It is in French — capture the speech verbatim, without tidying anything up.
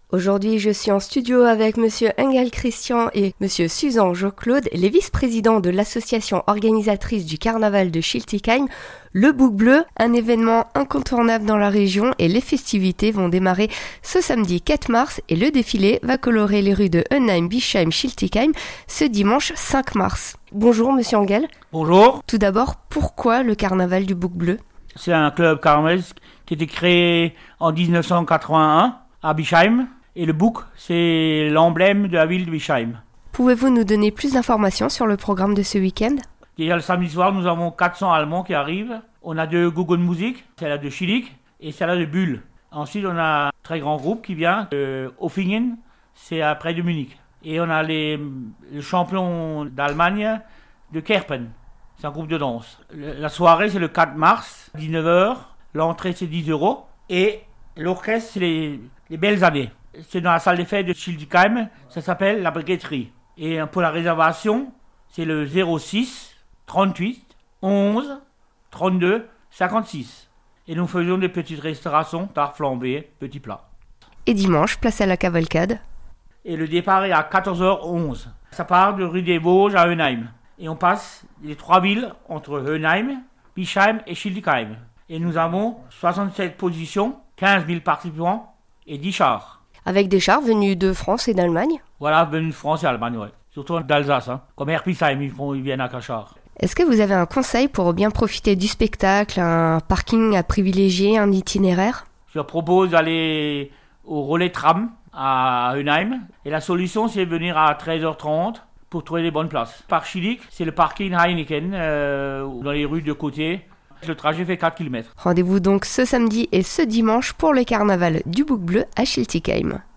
Aujourd'hui, je suis en studio avec Monsieur Engel Christian et Monsieur Suzan Jo-Claude, les vice-présidents de l'association organisatrice du carnaval de Schiltigheim, le Bouc Bleu, un événement incontournable dans la région, et les festivités vont démarrer ce samedi quatre mars et le défilé va colorer les rues de Hohenheim, Bischheim, Schiltigheim ce dimanche cinq mars. Bonjour Monsieur Engel. Bonjour. Tout d'abord, pourquoi le carnaval du Bouc Bleu ? C'est un club carnavalesque qui a été créé en dix-neuf cent quatre-vingt-un à Bischheim. Et le bouc, c'est l'emblème de la ville de Bischheim. Pouvez-vous nous donner plus d'informations sur le programme de ce week-end ? Déjà le samedi soir, nous avons quatre cents Allemands qui arrivent. On a deux Guggenmusik, celle-là de Schillig et celle-là de Bulle. Ensuite, on a un très grand groupe qui vient de Offingen, c'est près de Munich. Et on a les, les champions d'Allemagne de Kerpen, c'est un groupe de danse. Le, la soirée, c'est le quatre mars, dix-neuf heures. L'entrée, c'est dix euros. Et l'orchestre, c'est les, les belles années. C'est dans la salle des fêtes de Schiltigheim, ça s'appelle la briqueterie. Et pour la réservation, c'est le zéro six trente-huit onze trente-deux cinquante-six. Et nous faisons des petites restaurations, tarte flambée, petits plats. Et dimanche, place à la cavalcade. Et le départ est à quatorze heures onze. Ça part de rue des Vosges à Hohenheim. Et on passe les trois villes entre Hohenheim, Bischheim et Schiltigheim. Et nous avons soixante-sept positions, quinze mille participants et dix chars. Avec des chars venus de France et d'Allemagne ? Voilà, venus de France et d'Allemagne, ouais. Surtout d'Alsace, hein. Comme Herpisheim, ils, font, ils viennent à Cachard. Est-ce que vous avez un conseil pour bien profiter du spectacle, un parking à privilégier, un itinéraire ? Je propose d'aller au relais tram à Hohenheim. Et la solution, c'est de venir à treize heures trente pour trouver les bonnes places. Par Schillig, c'est le parking Heineken, euh, dans les rues de côté. Le trajet fait quatre kilomètres. Rendez-vous donc ce samedi et ce dimanche pour le carnaval du Bouc Bleu à Schiltigheim.